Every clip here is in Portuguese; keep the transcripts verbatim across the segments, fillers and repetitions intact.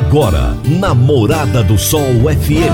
Agora, na Morada do Sol F M.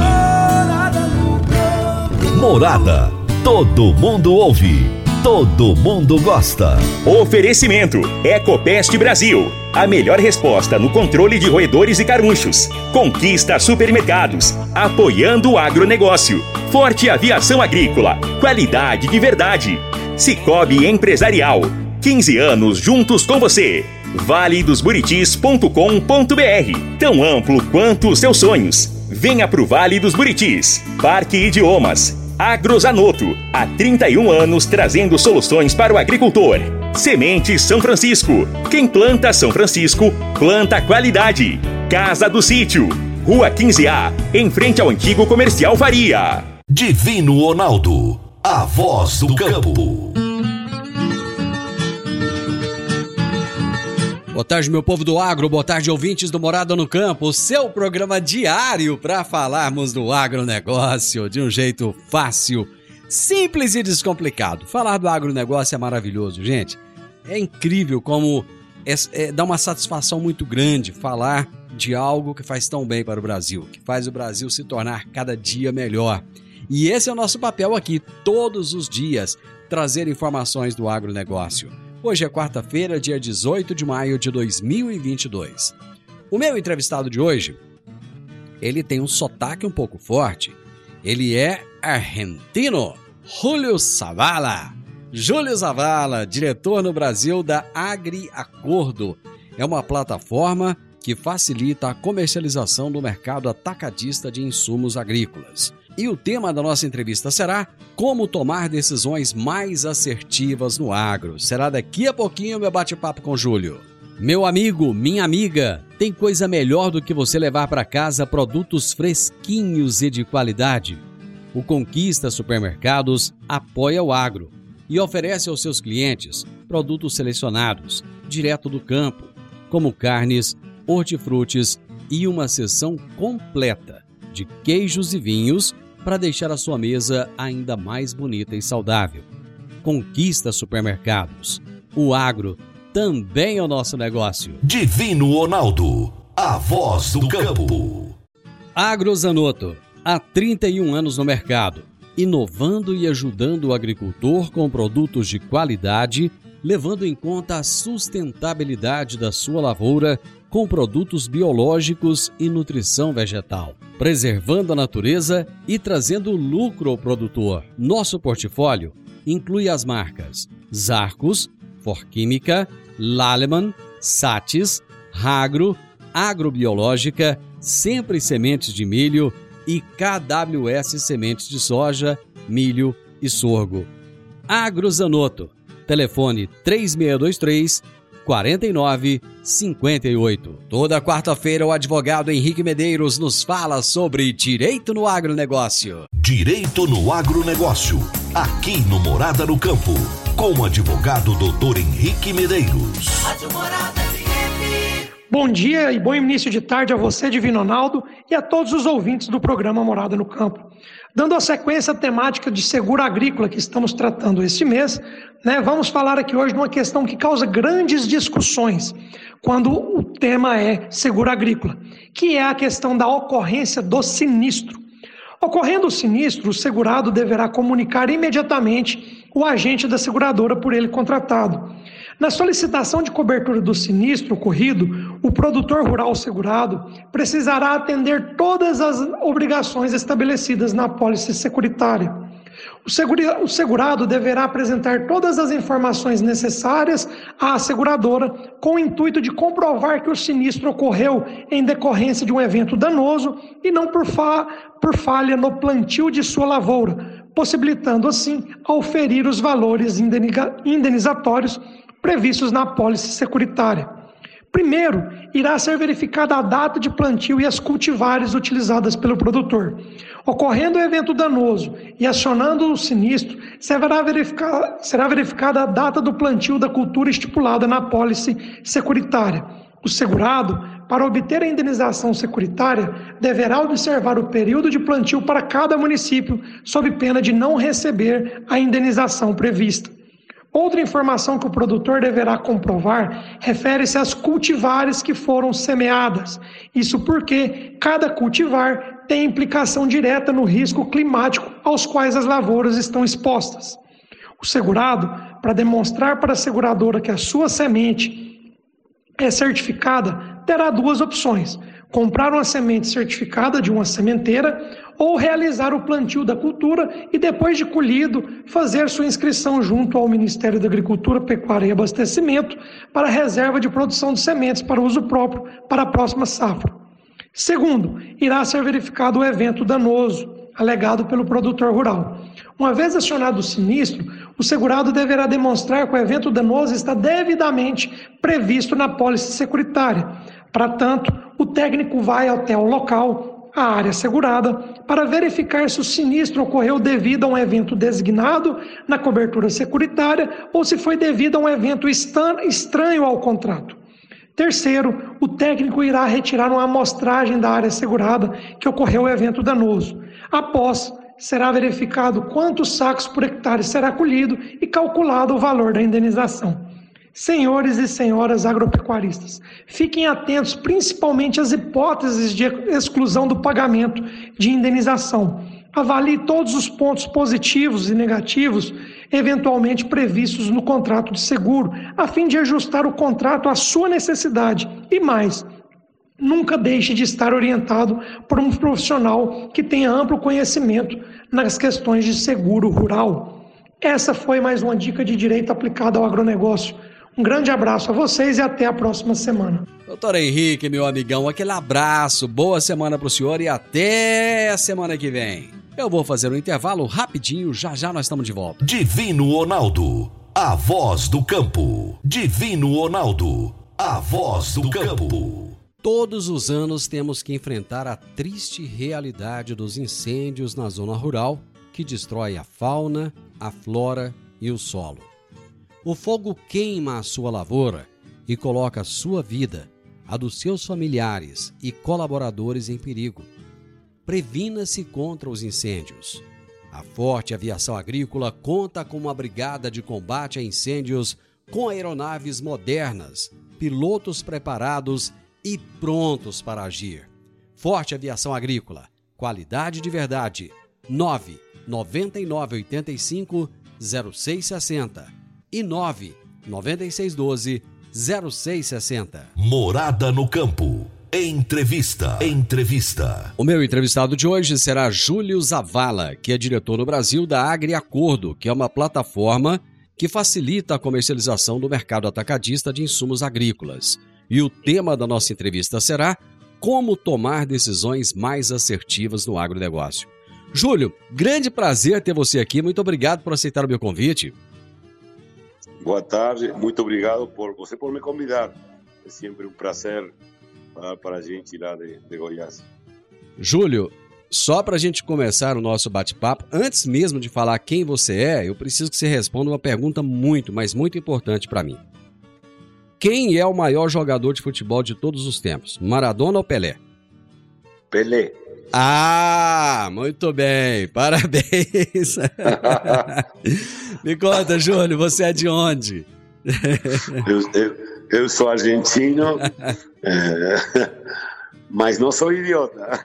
Morada, todo mundo ouve, todo mundo gosta. Oferecimento, Ecopest Brasil. A melhor resposta no controle de roedores e carunchos. Conquista Supermercados, apoiando o agronegócio. Forte Aviação Agrícola, qualidade de verdade. Cicobi Empresarial, quinze anos juntos com você. vale dos buritis ponto com ponto br, tão amplo quanto os seus sonhos. Venha pro Vale dos Buritis. Parque Idiomas, Agrozanoto, há trinta e um anos trazendo soluções para o agricultor. Sementes São Francisco, quem planta São Francisco, planta qualidade. Casa do Sítio, Rua quinze A, em frente ao antigo Comercial Faria. Divino Ronaldo, a voz do campo. Boa tarde, meu povo do agro, boa tarde, ouvintes do Morada no Campo, o seu programa diário para falarmos do agronegócio de um jeito fácil, simples e descomplicado. Falar do agronegócio é maravilhoso, gente. É incrível como é, é, dá uma satisfação muito grande falar de algo que faz tão bem para o Brasil, que faz o Brasil se tornar cada dia melhor. E esse é o nosso papel aqui, todos os dias, trazer informações do agronegócio. Hoje é quarta-feira, dia dezoito de maio de dois mil e vinte e dois. O meu entrevistado de hoje, ele tem um sotaque um pouco forte. Ele é argentino, Júlio Zavala. Júlio Zavala, diretor no Brasil da AgriAcordo. É uma plataforma que facilita a comercialização do mercado atacadista de insumos agrícolas. E o tema da nossa entrevista será como tomar decisões mais assertivas no agro. Será daqui a pouquinho o meu bate-papo com o Júlio. Meu amigo, minha amiga, tem coisa melhor do que você levar para casa produtos fresquinhos e de qualidade? O Conquista Supermercados apoia o agro e oferece aos seus clientes produtos selecionados, direto do campo, como carnes, hortifrutis e uma seção completa de queijos e vinhos para deixar a sua mesa ainda mais bonita e saudável. Conquista Supermercados. O agro também é o nosso negócio. Divino Ronaldo, a voz do campo. Agrozanoto, há trinta e um anos no mercado, inovando e ajudando o agricultor com produtos de qualidade, levando em conta a sustentabilidade da sua lavoura com produtos biológicos e nutrição vegetal, preservando a natureza e trazendo lucro ao produtor. Nosso portfólio inclui as marcas Zarcos, Forquímica, Laleman, Satis, Ragro, Agrobiológica, Sempre Sementes de Milho e K W S Sementes de Soja, Milho e Sorgo. Agrozanoto, telefone três seis dois três, quatro nove cinco oito. Toda quarta-feira o advogado Henrique Medeiros nos fala sobre direito no agronegócio. Direito no agronegócio, aqui no Morada no Campo, com o advogado doutor Henrique Medeiros. Bom dia e bom início de tarde a você, Divino Ronaldo, e a todos os ouvintes do programa Morada no Campo. Dando a sequência temática de seguro agrícola que estamos tratando este mês, né, vamos falar aqui hoje de uma questão que causa grandes discussões quando o tema é seguro agrícola, que é a questão da ocorrência do sinistro. Ocorrendo o sinistro, o segurado deverá comunicar imediatamente o agente da seguradora por ele contratado. Na solicitação de cobertura do sinistro ocorrido, o produtor rural segurado precisará atender todas as obrigações estabelecidas na apólice securitária. O, segura, o segurado deverá apresentar todas as informações necessárias à seguradora com o intuito de comprovar que o sinistro ocorreu em decorrência de um evento danoso e não por, fa, por falha no plantio de sua lavoura, possibilitando assim auferir os valores indenizatórios previstos na apólice securitária. Primeiro, irá ser verificada a data de plantio e as cultivares utilizadas pelo produtor. Ocorrendo o evento danoso e acionando o sinistro, será verificada, será verificada a data do plantio da cultura estipulada na apólice securitária. O segurado, para obter a indenização securitária, deverá observar o período de plantio para cada município, sob pena de não receber a indenização prevista. Outra informação que o produtor deverá comprovar refere-se às cultivares que foram semeadas. Isso porque cada cultivar tem implicação direta no risco climático aos quais as lavouras estão expostas. O segurado, para demonstrar para a seguradora que a sua semente é certificada, terá duas opções: comprar uma semente certificada de uma sementeira ou realizar o plantio da cultura e, depois de colhido, fazer sua inscrição junto ao Ministério da Agricultura, Pecuária e Abastecimento para a reserva de produção de sementes para uso próprio para a próxima safra. Segundo, irá ser verificado o evento danoso alegado pelo produtor rural. Uma vez acionado o sinistro, o segurado deverá demonstrar que o evento danoso está devidamente previsto na pólice securitária. Para tanto, o técnico vai até o local, a área segurada, para verificar se o sinistro ocorreu devido a um evento designado na cobertura securitária ou se foi devido a um evento estranho ao contrato. Terceiro, o técnico irá retirar uma amostragem da área segurada que ocorreu o evento danoso. Após, será verificado quantos sacos por hectare será colhido e calculado o valor da indenização. Senhores e senhoras agropecuaristas, fiquem atentos principalmente às hipóteses de exclusão do pagamento de indenização. Avalie todos os pontos positivos e negativos eventualmente previstos no contrato de seguro, a fim de ajustar o contrato à sua necessidade. E mais, nunca deixe de estar orientado por um profissional que tenha amplo conhecimento nas questões de seguro rural. Essa foi mais uma dica de direito aplicada ao agronegócio. Um grande abraço a vocês e até a próxima semana. Doutor Henrique, meu amigão, aquele abraço, boa semana para o senhor e até a semana que vem. Eu vou fazer um intervalo rapidinho, já já nós estamos de volta. Divino Ronaldo, a voz do campo. Divino Ronaldo, a voz do campo. Todos os anos temos que enfrentar a triste realidade dos incêndios na zona rural que destrói a fauna, a flora e o solo. O fogo queima a sua lavoura e coloca a sua vida, a dos seus familiares e colaboradores em perigo. Previna-se contra os incêndios. A Forte Aviação Agrícola conta com uma brigada de combate a incêndios com aeronaves modernas, pilotos preparados e prontos para agir. Forte Aviação Agrícola, qualidade de verdade. nove nove nove oito cinco zero seis seis zero e nove nove seis um dois zero seis seis zero. Morada no Campo. Entrevista. Entrevista. O meu entrevistado de hoje será Júlio Zavala, que é diretor no Brasil da AgriAcordo, que é uma plataforma que facilita a comercialização do mercado atacadista de insumos agrícolas. E o tema da nossa entrevista será como tomar decisões mais assertivas no agronegócio. Júlio, grande prazer ter você aqui. Muito obrigado por aceitar o meu convite. Boa tarde, muito obrigado por você por me convidar. É sempre um prazer falar para a gente lá de, de Goiás. Júlio, só para a gente começar o nosso bate-papo, antes mesmo de falar quem você é, eu preciso que você responda uma pergunta muito, mas muito importante para mim. Quem é o maior jogador de futebol de todos os tempos? Maradona ou Pelé? Pelé. Ah, muito bem, parabéns. Me conta, Júlio, você é de onde? Eu, eu, eu sou argentino, é, mas não sou idiota.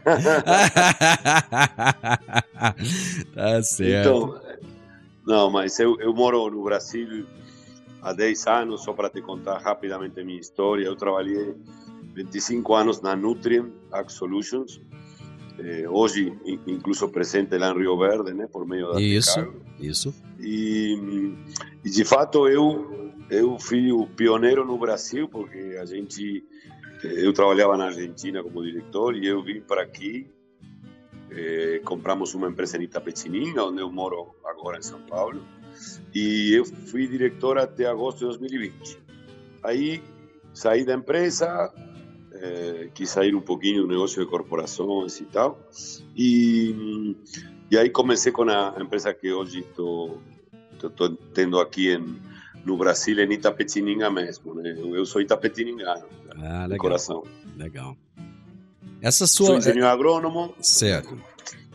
Tá certo. Então, não, mas eu, eu moro no Brasil há dez anos, só para te contar rapidamente a minha história. Eu trabalhei vinte e cinco anos na Nutrien Ag Solutions, eh, hoje incluso presente lá em Rio Verde, né, por meio da Isso, Tecagro. isso. E, e de fato eu, eu fui o pioneiro no Brasil, porque a gente, eu trabalhava na Argentina como diretor e eu vim para aqui, eh, compramos uma empresa em Itapetininga, onde eu moro agora em São Paulo, e eu fui diretor até agosto de dois mil e vinte. Aí saí da empresa, eh, quis sair um pouquinho do negócio de corporações e tal, e, e aí comecei com a empresa que hoje estou tendo aqui em, no Brasil, em Itapetininga mesmo, né? Eu sou itapetiningano, ah, de coração. Legal. Essa sua... Sou engenheiro agrônomo. Certo.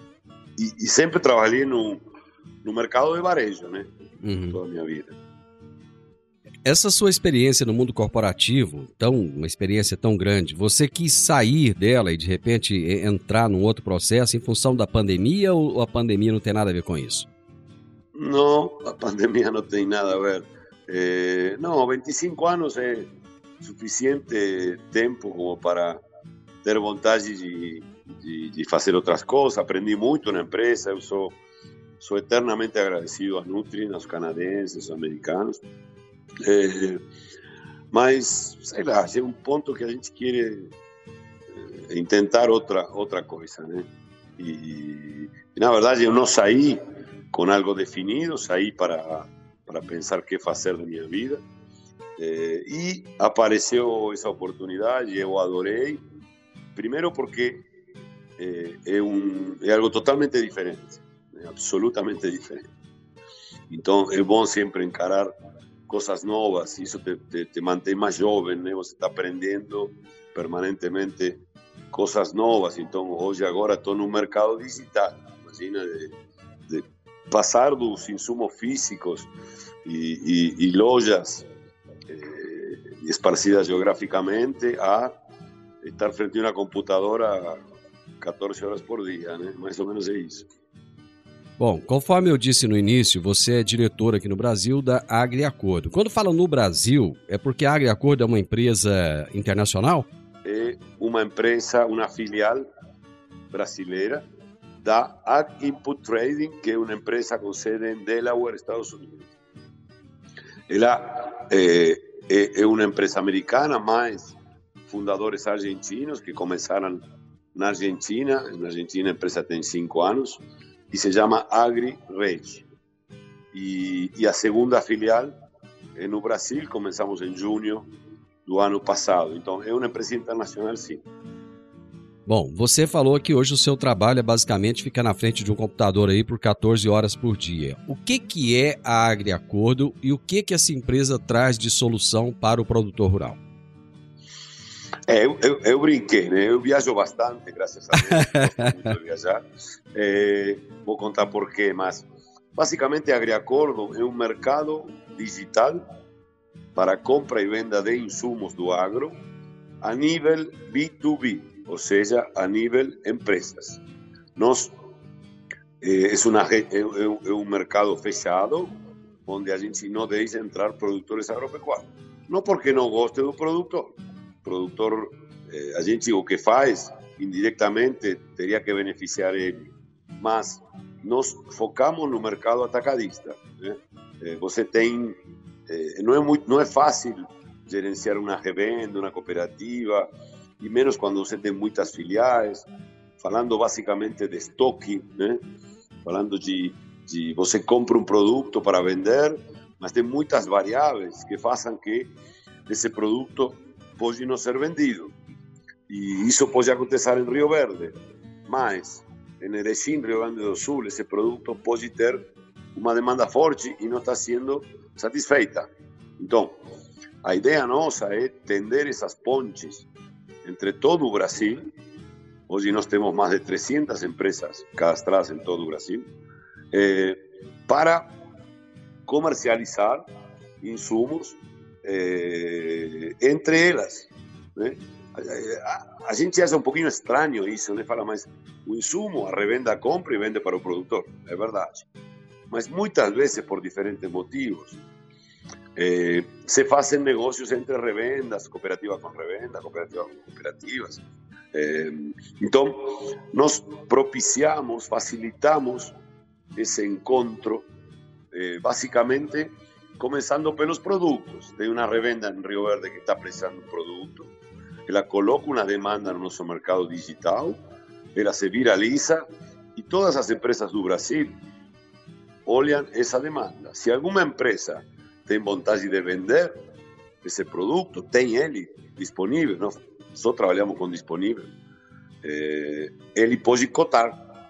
E, e sempre trabalhei no, no mercado de varejo, né? Uhum. Toda a minha vida. Essa sua experiência no mundo corporativo, tão, uma experiência tão grande, você quis sair dela e de repente entrar num outro processo em função da pandemia ou a pandemia não tem nada a ver com isso? Não, a pandemia não tem nada a ver. Eh, não, vinte e cinco anos é suficiente tempo como para ter vontade de, de, de fazer outras coisas. Aprendi muito na empresa, eu sou, sou eternamente agradecido a Nutri, aos canadenses, aos americanos. É, mas, sei lá, chega um ponto que a gente quer é, tentar outra, outra coisa, né? E, e, na verdade, eu não saí com algo definido, saí para, para pensar o que fazer da minha vida. É, e apareceu essa oportunidade, eu adorei. Primeiro porque é, é, um, é algo totalmente diferente, é absolutamente diferente. Então, é bom sempre encarar coisas novas, isso te, te, te mantém mais jovem, né? Você está aprendendo permanentemente coisas novas. Então, hoje, agora, estou no mercado digital. Imagina, de, de passar dos insumos físicos e, e, e lojas eh, esparcidas geograficamente a estar frente a uma computadora catorze horas por dia, né? Mais ou menos é isso. Bom, conforme eu disse no início, você é diretor aqui no Brasil da AgriAcordo. Quando fala no Brasil, é porque a AgriAcordo é uma empresa internacional? É uma empresa, uma filial brasileira da Ag Input Trading, que é uma empresa com sede em Delaware, Estados Unidos. Ela é, é, é uma empresa americana, mas fundadores argentinos que começaram na Argentina. Na Argentina a empresa tem cinco anos. E se chama AgriReg. E, e a segunda filial é no Brasil, começamos em junho do ano passado. Então, é uma empresa internacional, sim. Bom, você falou que hoje o seu trabalho é basicamente ficar na frente de um computador aí por catorze horas por dia. O que, que é a AgriAcordo e o que, que essa empresa traz de solução para o produtor rural? É, eu, eu, eu brinquei, né? Eu viajo bastante, graças a Deus, gosto muito de viajar. É, vou contar por quê, mas basicamente a AgriAcordo é um mercado digital para compra e venda de insumos do agro a nível B dois B, ou seja, a nível empresas. Nós, é, é, uma, é, é um mercado fechado, onde a gente não deixa entrar produtores agropecuários. Não porque não goste do produtor. Produtor, eh, a gente o que faz indiretamente teria que beneficiar ele, mas nós focamos no mercado atacadista, né? Eh, você tem, eh, não é muito, não é fácil gerenciar uma revenda, uma cooperativa, e menos quando você tem muitas filiais, falando basicamente de estoque, né? Falando de, de você compra um produto para vender, mas tem muitas variáveis que façam que esse produto pode não ser vendido. E isso pode acontecer em Rio Verde. Mas, em Erechim, Rio Grande do Sul, esse produto pode ter uma demanda forte e não está sendo satisfeita. Então, a ideia nossa é tender essas pontes entre todo o Brasil. Hoje nós temos mais de trezentas empresas cadastradas em todo o Brasil, eh, para comercializar insumos Eh, entre elas, né? a, a gente acha um pouquinho estranho isso, né? Fala, mas o insumo, a revenda compra e vende para o produtor, é verdade, mas muitas vezes por diferentes motivos eh, se fazem negócios entre revendas, cooperativa com revenda, cooperativa com cooperativas. Eh, então nós propiciamos, facilitamos esse encontro, eh, basicamente começando pelos produtos. Tem uma revenda em Rio Verde que está precisando um produto, ela coloca uma demanda no nosso mercado digital, ela se viraliza e todas as empresas do Brasil olham essa demanda. Se alguma empresa tem vontade de vender esse produto, tem ele disponível, nós só trabalhamos com disponível, é, ele pode cotar.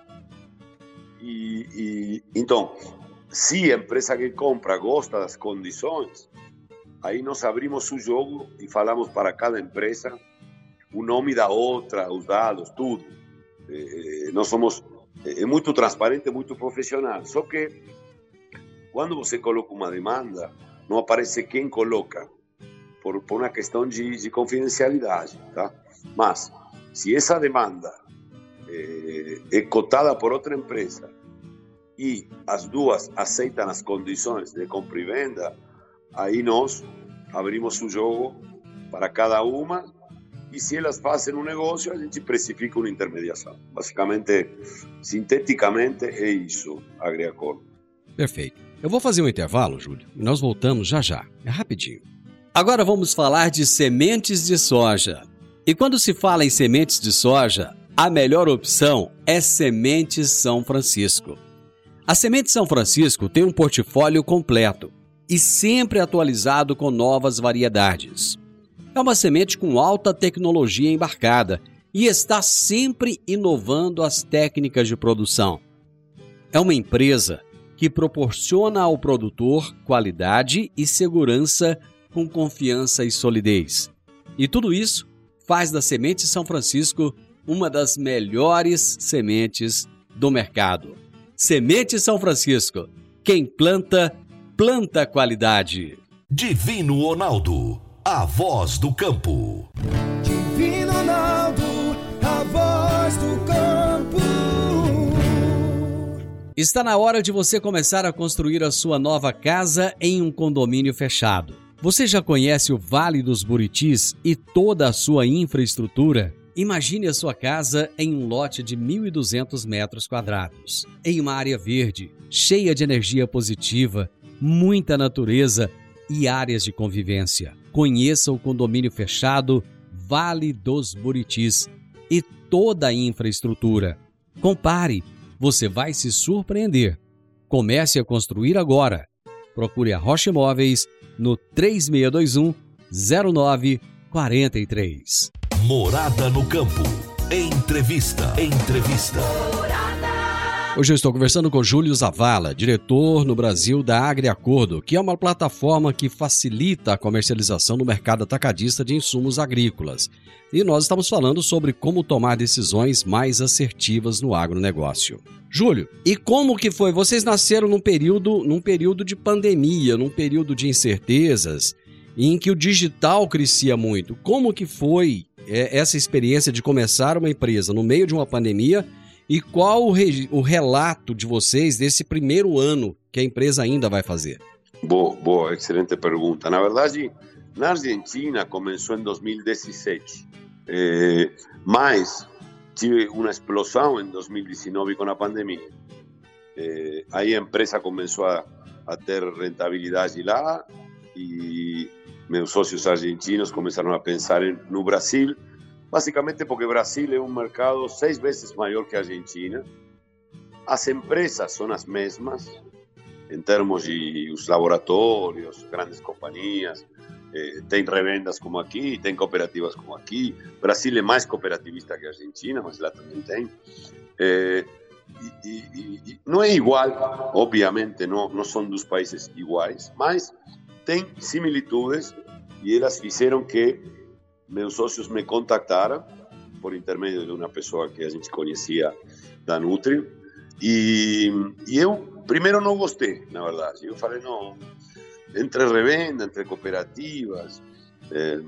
E, e então, se a empresa que compra gosta das condições, aí nós abrimos o jogo e falamos para cada empresa o nome da outra, os dados, tudo. É, nós somos é muito transparente, muito profissional. Só que quando você coloca uma demanda, não aparece quem coloca, por, por uma questão de, de confidencialidade, tá? Mas, se essa demanda é, é cotada por outra empresa e as duas aceitam as condições de compra e venda, aí nós abrimos o jogo para cada uma, e se elas fazem um negócio, a gente precifica uma intermediação. Basicamente, sinteticamente, é isso, Agriacordo. Perfeito. Eu vou fazer um intervalo, Júlio, e nós voltamos já já. É rapidinho. Agora vamos falar de sementes de soja. E quando se fala em sementes de soja, a melhor opção é Sementes São Francisco. A Semente São Francisco tem um portfólio completo e sempre atualizado com novas variedades. É uma semente com alta tecnologia embarcada e está sempre inovando as técnicas de produção. É uma empresa que proporciona ao produtor qualidade e segurança com confiança e solidez. E tudo isso faz da Semente São Francisco uma das melhores sementes do mercado. Semente São Francisco. Quem planta, planta qualidade. Divino Ronaldo, a voz do campo. Divino Ronaldo, a voz do campo. Está na hora de você começar a construir a sua nova casa em um condomínio fechado. Você já conhece o Vale dos Buritis e toda a sua infraestrutura? Imagine a sua casa em um lote de mil e duzentos metros quadrados, em uma área verde, cheia de energia positiva, muita natureza e áreas de convivência. Conheça o condomínio fechado Vale dos Buritis e toda a infraestrutura. Compare, você vai se surpreender. Comece a construir agora. Procure a Rocha Imóveis no três seis dois um, zero nove quatro três. Morada no Campo. Entrevista. Entrevista. Hoje eu estou conversando com Júlio Zavala, diretor no Brasil da Agriacordo, que é uma plataforma que facilita a comercialização no mercado atacadista de insumos agrícolas. E nós estamos falando sobre como tomar decisões mais assertivas no agronegócio. Júlio, e como que foi? Vocês nasceram num período, num período de pandemia, num período de incertezas, em que o digital crescia muito. Como que foi essa experiência de começar uma empresa no meio de uma pandemia e qual o, re, o relato de vocês desse primeiro ano que a empresa ainda vai fazer? Boa, boa, excelente pergunta. Na verdade, na Argentina começou em dois mil e dezessete, eh, mas tive uma explosão em dois mil e dezenove com a pandemia. Eh, aí a empresa começou a, a ter rentabilidade lá e meus sócios argentinos começaram a pensar em, no Brasil, basicamente porque o Brasil é um mercado seis vezes maior que a Argentina. As empresas são as mesmas, em termos de os laboratórios, grandes companhias, eh, tem revendas como aqui, tem cooperativas como aqui. O Brasil é mais cooperativista que a Argentina, mas lá também tem. Eh, e, e, e não é igual, obviamente, não, não são dos países iguais, mas tem similitudes e elas fizeram que meus sócios me contactaram por intermédio de uma pessoa que a gente conhecia da Nutri e, e eu primeiro não gostei, na verdade. Eu falei, não, entre revenda, entre cooperativas, eh,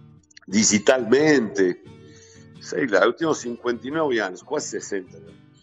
digitalmente, sei lá, eu tenho cinquenta e nove anos, quase sessenta,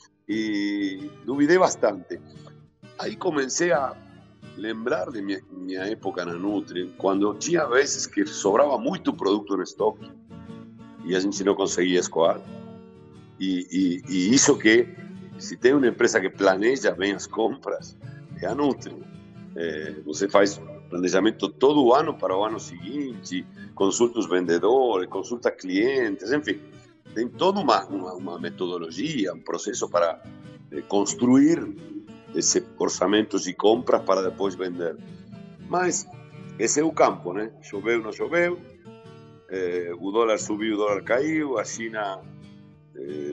e duvidei bastante. Aí comecei a lembrar de minha, minha época na Nutri, quando tinha vezes que sobrava muito produto no estoque e a gente não conseguia escoar. E, e, e isso que, se tem uma empresa que planeja bem as compras, é a Nutri. É, você faz planejamento todo o ano para o ano seguinte, consulta os vendedores, consulta clientes, enfim. Tem toda uma, uma, uma metodologia, um processo para é, construir esse orçamento de compras para depois vender. Mas esse é o campo, né? Choveu, não choveu, eh, o dólar subiu, o dólar caiu, a China eh,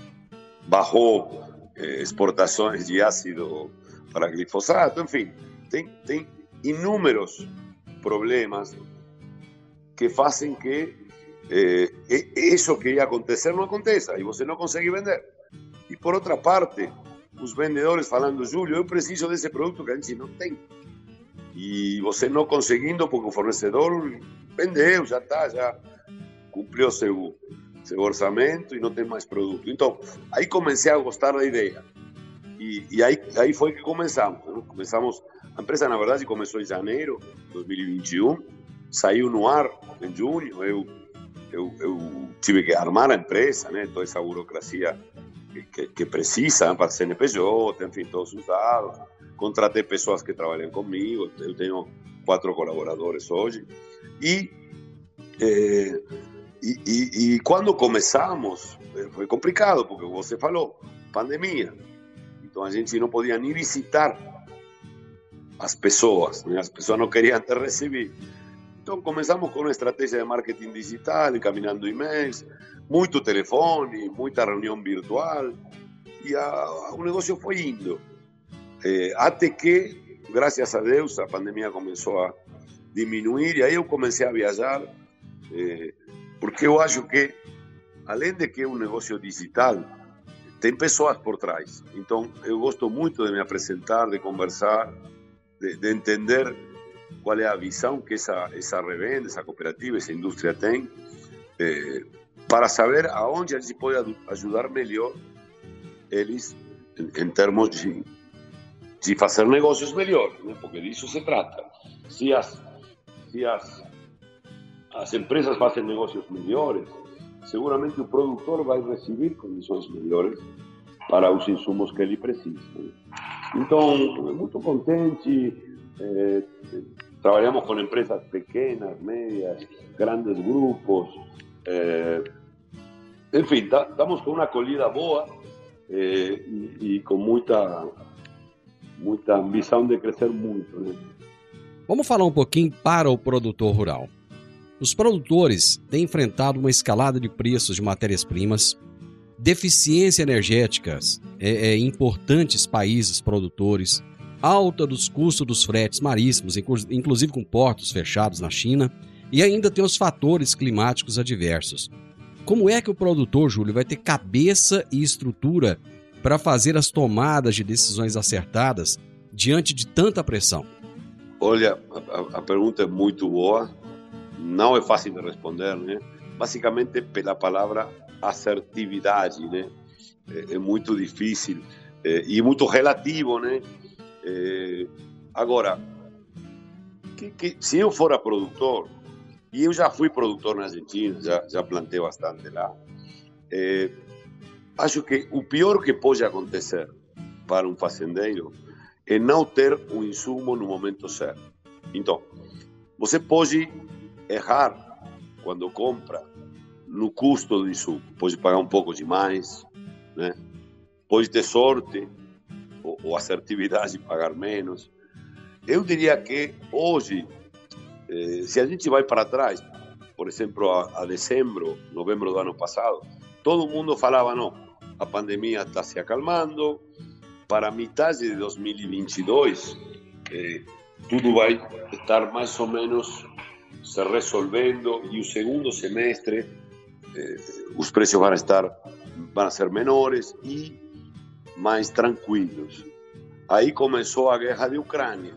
barrou eh, exportações de ácido para glifosato, enfim, tem, tem inúmeros problemas que fazem que eh, isso que ia acontecer não aconteça e você não consegue vender. E por outra parte, os vendedores falando, Júlio, eu preciso desse produto que a gente não tem. e você não conseguindo, porque o fornecedor vendeu, já está, já cumpriu seu, seu orçamento e não tem mais produto. Então, aí comecei a gostar da ideia. E, e aí, aí foi que começamos. Né? Começamos, a empresa, na verdade, começou em janeiro de dois mil e vinte e um, saiu no ar em junho. Eu, eu, eu tive que armar a empresa, né? Toda essa burocracia que, que, que precisa, né? Para C N P J, enfim, todos os dados. Contratei pessoas que trabalham comigo, eu tenho quatro colaboradores hoje. E, eh, e, e, e quando começamos, foi complicado, porque você falou, pandemia. Então a gente não podia nem visitar as pessoas, né? As pessoas não queriam te receber. Então começamos com uma estratégia de marketing digital, encaminhando e-mails, muito telefone, muita reunião virtual, e a, o negócio foi indo. Eh, até que, graças a Deus, a pandemia começou a diminuir, e aí eu comecei a viajar, eh, porque eu acho que, além de que é um negócio digital, tem pessoas por trás. Então, eu gosto muito de me apresentar, de conversar, de, de entender qual é a visão que essa, essa revenda, essa cooperativa, essa indústria tem, eh, para saber aonde a gente pode ajudar melhor eles em, em termos de, de fazer negócios melhores, né? Porque disso se trata. Se as, se as, as empresas fazem negócios melhores, seguramente o produtor vai receber condições melhores para os insumos que ele precisa. Então, muito contente. Eh, trabalhamos com empresas pequenas, médias, grandes grupos. Eh, enfim, estamos com uma acolhida boa eh, e, e com muita, muita ambição de crescer muito, né? Vamos falar um pouquinho para o produtor rural. Os produtores têm enfrentado uma escalada de preços de matérias-primas, deficiência energética é, é, em importantes países produtores, alta dos custos dos fretes marítimos, inclusive com portos fechados na China, e ainda tem os fatores climáticos adversos. Como é que o produtor, Júlio, vai ter cabeça e estrutura para fazer as tomadas de decisões acertadas diante de tanta pressão? Olha, a, a pergunta é muito boa. Não é fácil de responder, né? Basicamente pela palavra assertividade, né? É, é muito difícil é, e muito relativo, né? É, agora, que, que, se eu fora produtor, e eu já fui produtor na Argentina, já, já plantei bastante lá, é, acho que o pior que pode acontecer para um fazendeiro é não ter o insumo no momento certo. Então, você pode errar quando compra no custo do insumo, pode pagar um pouco demais, né? Pode ter sorte ou, ou assertividade de pagar menos. Eu diria que hoje, eh, se a gente vai para trás, por exemplo, a, a dezembro, novembro do ano passado, todo mundo falava, não, a pandemia está se acalmando, para a metade de dois mil e vinte e dois, eh, tudo vai estar mais ou menos se resolvendo e o segundo semestre eh, os preços vão estar vão ser menores e mais tranquilos. Aí começou a guerra de Ucrânia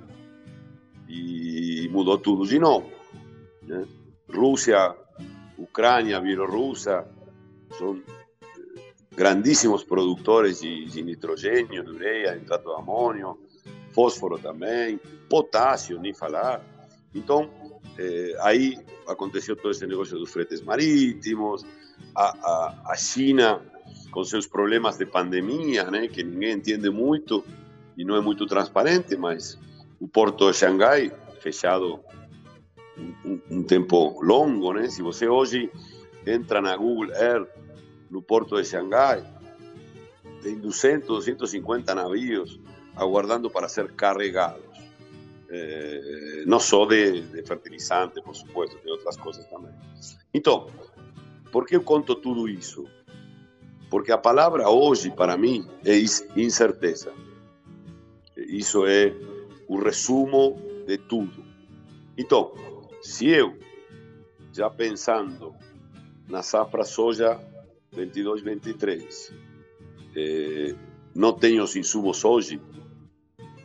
e mudou tudo de novo, né? Rússia, Ucrânia, Bielorrússia são grandíssimos produtores de, de nitrogênio, de ureia, nitrato de amônio, fósforo também, potássio, nem falar. Então, eh, aí aconteceu todo esse negócio dos fretes marítimos, a, a, a China com seus problemas de pandemia, né, que ninguém entende muito e não é muito transparente, mas o porto de Xangai fechado um, um, um tempo longo, né? Se você hoje entra na Google Earth no porto de Xangai, tem duzentos, duzentos e cinquenta navios aguardando para ser carregados. Eh, não só de, de fertilizante, por supuesto, de outras coisas também. Então, por que eu conto tudo isso? Porque a palavra hoje, para mim, é incerteza. Isso é o resumo de tudo. Então, se eu, já pensando na safra soja vinte e dois, vinte e três, eh, não tenho os insumos hoje,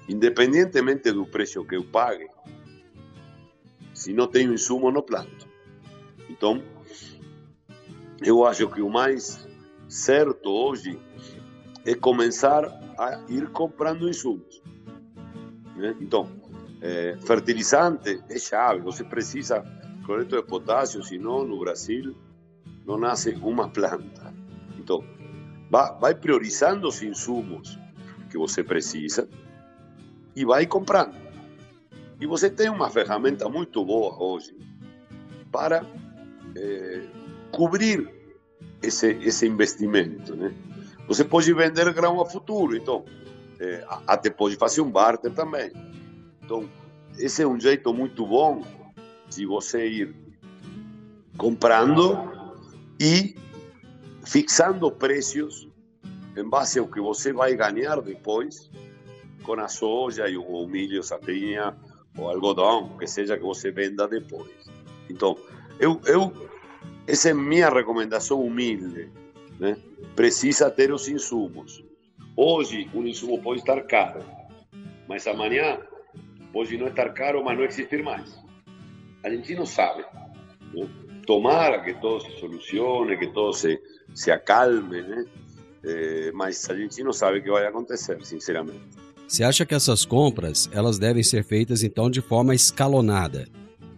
independentemente do preço que eu pague, se não tenho insumo, não planto. Então, eu acho que o mais certo hoje é começar a ir comprando insumos, né? Então, é, fertilizante é chave. Você precisa de cloreto de potássio, senão no Brasil não nasce uma planta. Então, vai, vai priorizando os insumos que você precisa e vai comprando. E você tem uma ferramenta muito boa hoje para é, cobrir esse, esse investimento, né? Você pode vender grão a futuro, então é, até pode fazer um barter também. Então, esse é um jeito muito bom de você ir comprando e fixando preços em base ao que você vai ganhar depois com a soja, e o milho, safrinha, ou algodão, que seja que você venda depois. Então, eu, eu, essa é minha recomendação humilde, né? Precisa ter os insumos. Hoje, um insumo pode estar caro, mas amanhã pode não estar caro, mas não existir mais. A gente não sabe, né? Tomara que todo se solucione, que todo se, se acalme, né? É, mas a gente não sabe o que vai acontecer, sinceramente. Você acha que essas compras, elas devem ser feitas, então, de forma escalonada?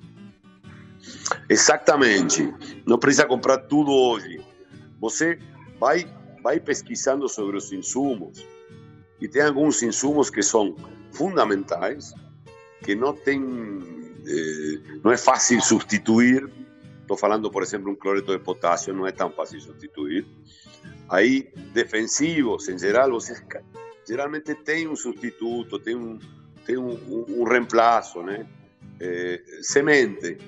Exatamente. Não precisa comprar tudo hoje. Você vai, vai pesquisando sobre os insumos, e tem alguns insumos que são fundamentais, que não tem, eh, não é fácil substituir. Estou falando, por exemplo, um cloreto de potássio, não é tão fácil substituir. Aí, defensivos, em geral, você geralmente tem um substituto, tem um, tem um, um, um reemplaço, né? É, semente.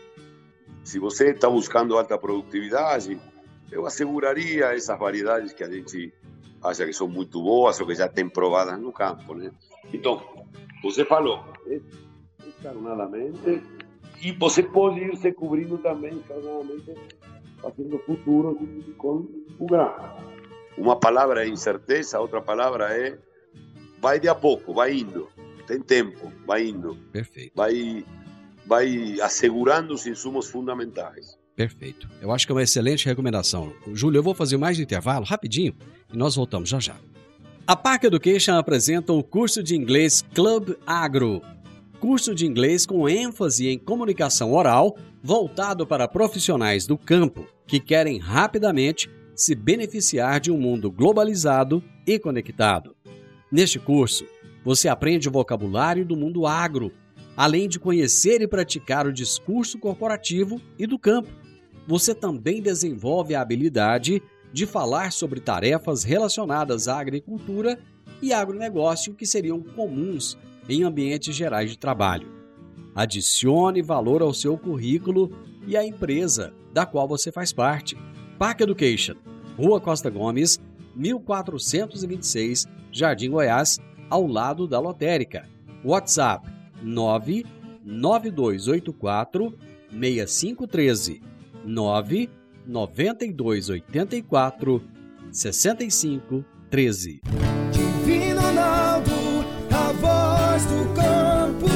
Se você está buscando alta produtividade, eu asseguraria essas variedades que a gente acha que são muito boas ou que já tem provadas no campo, né? Então, você falou, escalonadamente, e você pode ir se cobrindo também, escalonadamente, fazendo futuro com o grão. Uma palavra é incerteza, outra palavra é vai de a pouco, vai indo, tem tempo, vai indo. Perfeito. Vai, vai assegurando os insumos fundamentais. Perfeito. Eu acho que é uma excelente recomendação. Júlio, eu vou fazer mais um intervalo, rapidinho, e nós voltamos já já. A Park Education apresenta o curso de inglês Club Agro. Curso de inglês com ênfase em comunicação oral, voltado para profissionais do campo que querem rapidamente se beneficiar de um mundo globalizado e conectado. Neste curso, você aprende o vocabulário do mundo agro, além de conhecer e praticar o discurso corporativo e do campo. Você também desenvolve a habilidade de falar sobre tarefas relacionadas à agricultura e agronegócio que seriam comuns em ambientes gerais de trabalho. Adicione valor ao seu currículo e à empresa da qual você faz parte. Park Education, Rua Costa Gomes, mil quatrocentos e vinte e seis, Jardim Goiás, ao lado da lotérica. WhatsApp nove nove dois oito quatro seis cinco um três, nove nove dois oito quatro seis cinco um três. Divino Ronaldo, a voz do campo.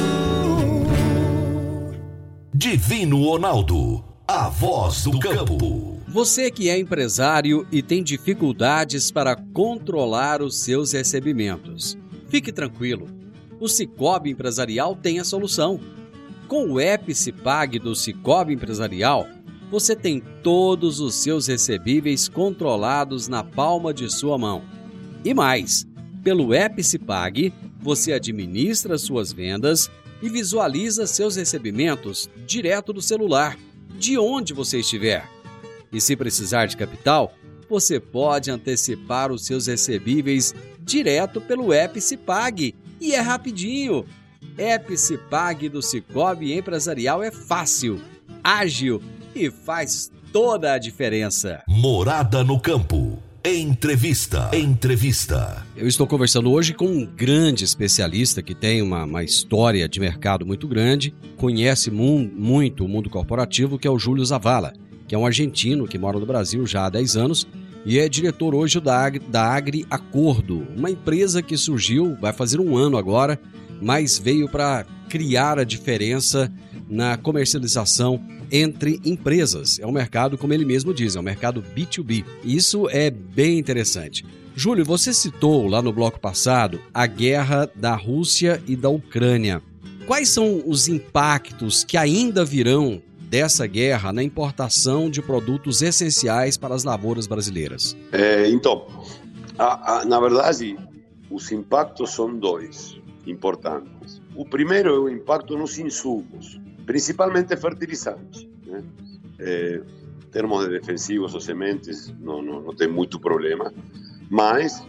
Divino Ronaldo, a voz do campo. Você que é empresário e tem dificuldades para controlar os seus recebimentos, fique tranquilo. O Sicoob Empresarial tem a solução. Com o app Cipag do Sicoob Empresarial, você tem todos os seus recebíveis controlados na palma de sua mão. E mais, pelo app Cipag, você administra suas vendas e visualiza seus recebimentos direto do celular, de onde você estiver. E se precisar de capital, você pode antecipar os seus recebíveis direto pelo app Cipag. E é rapidinho. App Cipag do Sicoob Empresarial é fácil, ágil e faz toda a diferença. Morada no Campo. Entrevista. Entrevista. Eu estou conversando hoje com um grande especialista que tem uma, uma história de mercado muito grande, conhece mu- muito o mundo corporativo, que é o Júlio Zavala, que é um argentino que mora no Brasil já há dez anos e é diretor hoje da, da Agri Acordo, uma empresa que surgiu, vai fazer um ano agora, mas veio para criar a diferença na comercialização entre empresas. É um mercado, como ele mesmo diz, é um mercado B dois B. E isso é bem interessante. Júlio, você citou lá no bloco passado a guerra da Rússia e da Ucrânia. Quais são os impactos que ainda virão dessa guerra na importação de produtos essenciais para as lavouras brasileiras? É, então, a, a, na verdade, os impactos são dois importantes. O primeiro é o impacto nos insumos, principalmente fertilizantes, né? É, termos de defensivos ou sementes não, não, não tem muito problema, mas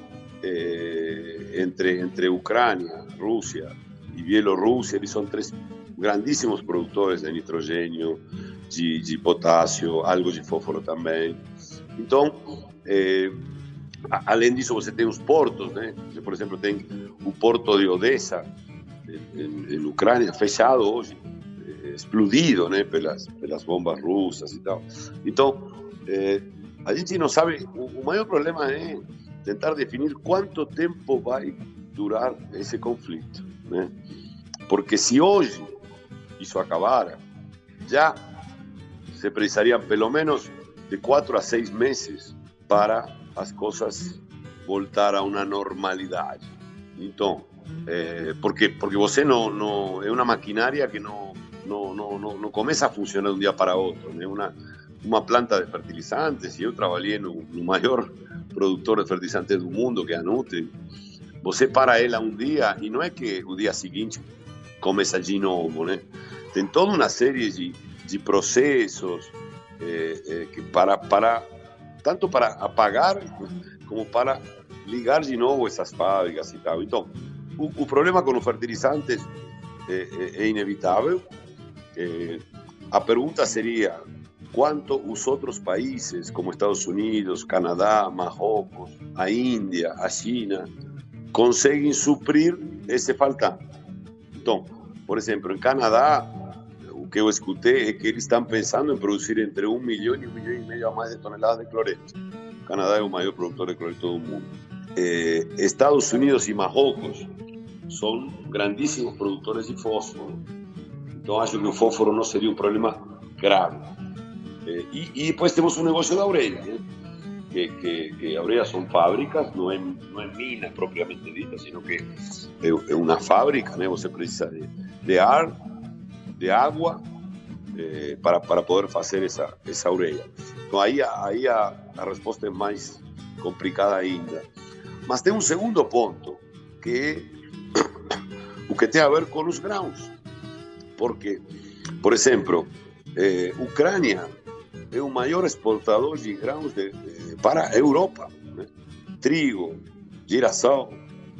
é, entre, entre Ucrânia, Rússia e Bielorrússia, eles são três grandíssimos produtores de nitrogênio, de, de potássio, algo de fósforo também. Então, é, além disso, você tem os portos, né? Você, por exemplo, tem o porto de Odessa, em, em Ucrânia, fechado hoje, é, explodido, né? pelas, pelas bombas russas e tal. Então, é, a gente não sabe, o, o maior problema é tentar definir quanto tempo vai durar esse conflito, né? Porque se hoje isso acabara, já se precisariam pelo menos de quatro a seis meses para as coisas voltar a uma normalidade. Então, é, porque porque você não, não é uma maquinária que não não, não, não, não começa a funcionar de um dia para outro, né? Uma uma planta de fertilizantes, e eu trabalhei no, no maior produtor de fertilizantes do mundo, que é a Nutri. Você para ela um dia e não é que o dia seguinte começa de novo, né? Tem toda uma série de, de processos é, é, que para, para, tanto para apagar como para ligar de novo essas fábricas e tal. Então, o, o problema com os fertilizantes é, é, é inevitável. É, a pergunta seria quanto os outros países, como Estados Unidos, Canadá, Marrocos, a Índia, a China, conseguem suprir esse faltante. Então, por exemplo, em Canadá, o que eu escutei é que eles estão pensando em produzir entre um milhão e um milhão e meio a mais de toneladas de cloreto. O Canadá é o maior produtor de cloreto do mundo. Eh, Estados Unidos e Marrocos são grandíssimos produtores de fósforo. Então, acho que o fósforo não seria um problema grave. Eh, e, e depois temos o negócio da orelha, né? Que, que, que a orelha são fábricas, não é, não é mina propriamente dita, sino que é, é uma fábrica, né? Você precisa de, de ar, de água, eh, para, para poder fazer essa, essa orelha. Então aí, aí a, a resposta é mais complicada ainda. Mas tem um segundo ponto, que é o que tem a ver com os grãos. Porque, por exemplo, eh, Ucrânia é o maior exportador de grãos de, de, para a Europa, né? Trigo, girassol,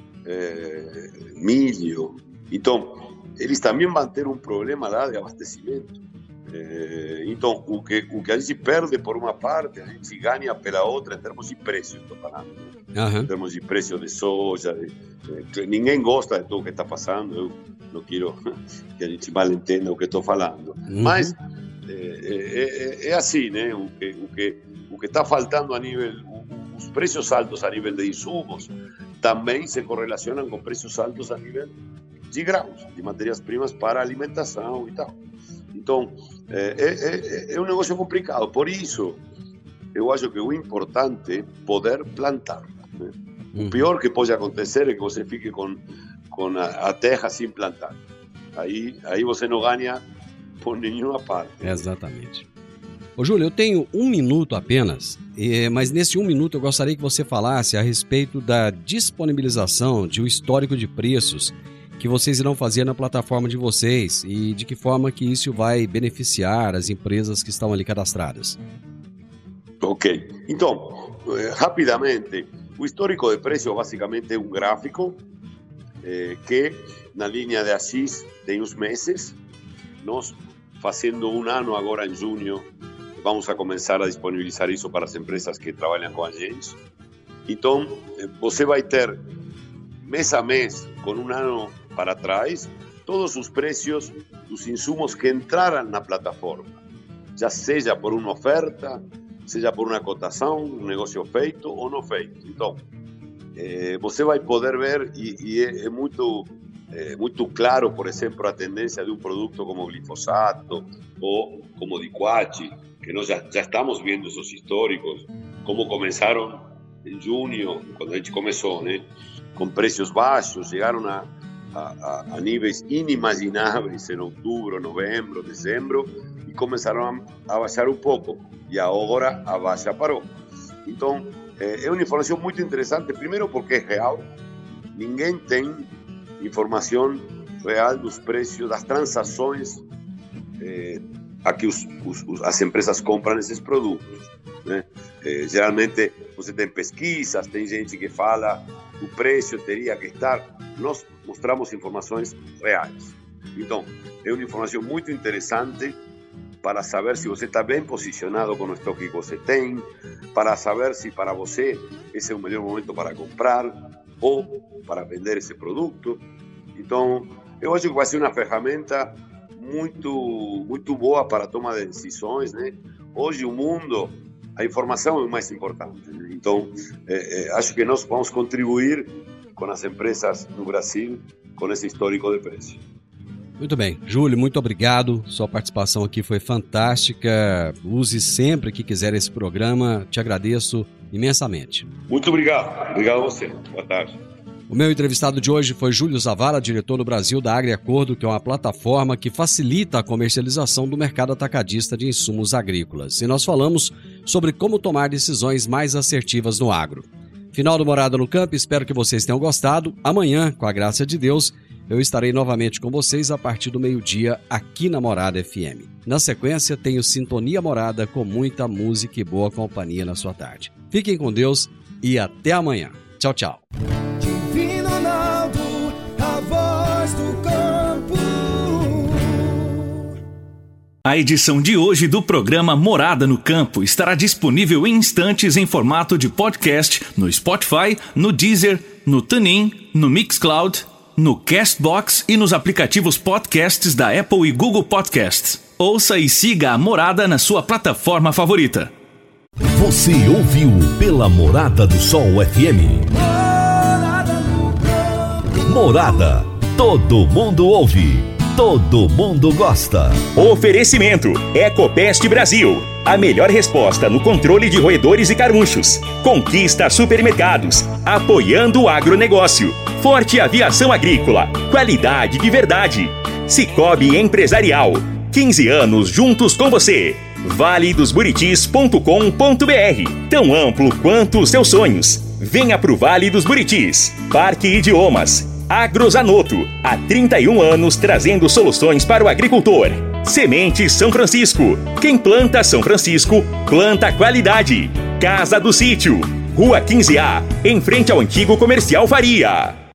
é, milho. Então, eles também vão ter um problema lá de abastecimento. É, então, o que, o que a gente perde por uma parte, a gente ganha pela outra em termos de preço, estou falando. Né? Uhum. Em termos de preço de soja. De, de, ninguém gosta de tudo o que está passando. Eu não quero que a gente mal entenda o que estou falando. Uhum. Mas É, é, é assim, né? O que o que o que está faltando a nível, os preços altos a nível de insumos também se correlacionam com preços altos a nível de grãos, de matérias-primas para alimentação e tal. Então, é, é, é um negócio complicado. Por isso, eu acho que o importante é poder plantar, né? O pior que pode acontecer é que você fique com com a, a terra sem plantar. Aí aí você não ganha por nenhuma parte. Exatamente. Ô Júlio, eu tenho um minuto apenas, mas nesse um minuto eu gostaria que você falasse a respeito da disponibilização de um histórico de preços que vocês irão fazer na plataforma de vocês e de que forma que isso vai beneficiar as empresas que estão ali cadastradas. Ok. Então, rapidamente, o histórico de preços basicamente é um gráfico eh, que na linha de axis tem os meses. Nós, fazendo um ano agora em junho, vamos a começar a disponibilizar isso para as empresas que trabalham com a gente. Então, você vai ter mês a mês, com um ano para trás, todos os preços dos insumos que entraram na plataforma, já seja por uma oferta, seja por uma cotação, um negócio feito ou não feito. Então, é, você vai poder ver, e, e é, é muito, é, muito claro, por exemplo, a tendência de um produto como o glifosato ou como o diquat, que nós já, já estamos vendo esses históricos, como começaram em junho, quando a gente começou, né, com preços baixos, chegaram a, a, a níveis inimagináveis em outubro, novembro, dezembro, e começaram a, a baixar um pouco, e agora a baixa parou. Então, é, é uma informação muito interessante, primeiro porque é real, ninguém tem informação real dos preços, das transações é, a que os, os, as empresas compram esses produtos, né? É, geralmente você tem pesquisas, tem gente que fala o preço teria que estar. Nós mostramos informações reais. Então, é uma informação muito interessante para saber se você está bem posicionado com o estoque que você tem, para saber se para você esse é o melhor momento para comprar ou para vender esse produto. Então, eu acho que vai ser uma ferramenta muito muito boa para a toma de decisões, né? Hoje o mundo, a informação é o mais importante, né? Então é, é, acho que nós vamos contribuir com as empresas no Brasil com esse histórico de preço. Muito bem, Júlio, muito obrigado, sua participação aqui foi fantástica, use sempre que quiser esse programa, te agradeço imensamente. Muito obrigado, obrigado a você, boa tarde. O meu entrevistado de hoje foi Júlio Zavala, diretor no Brasil da AgriAcordo, que é uma plataforma que facilita a comercialização do mercado atacadista de insumos agrícolas. E nós falamos sobre como tomar decisões mais assertivas no agro. Final do Morada no Campo, espero que vocês tenham gostado. Amanhã, com a graça de Deus, eu estarei novamente com vocês a partir do meio-dia aqui na Morada F M. Na sequência, tenho Sintonia Morada com muita música e boa companhia na sua tarde. Fiquem com Deus e até amanhã. Tchau, tchau. Divino Ronaldo, a voz do campo. A edição de hoje do programa Morada no Campo estará disponível em instantes em formato de podcast no Spotify, no Deezer, no TuneIn, no Mixcloud, no Castbox e nos aplicativos podcasts da Apple e Google Podcasts. Ouça e siga a Morada na sua plataforma favorita. Você ouviu pela Morada do Sol F M. Morada. Todo mundo ouve. Todo mundo gosta. Oferecimento Ecopest Brasil. A melhor resposta no controle de roedores e carunchos. Conquista Supermercados. Apoiando o agronegócio. Forte Aviação Agrícola. Qualidade de verdade. Cicobi Empresarial. quinze anos juntos com você. vale dos buritis ponto com ponto b r. Tão amplo quanto os seus sonhos. Venha pro Vale dos Buritis. Parque Idiomas. Agrozanoto. Há trinta e um anos trazendo soluções para o agricultor. Semente São Francisco. Quem planta São Francisco, planta qualidade. Casa do Sítio. Rua quinze A, em frente ao antigo Comercial Faria.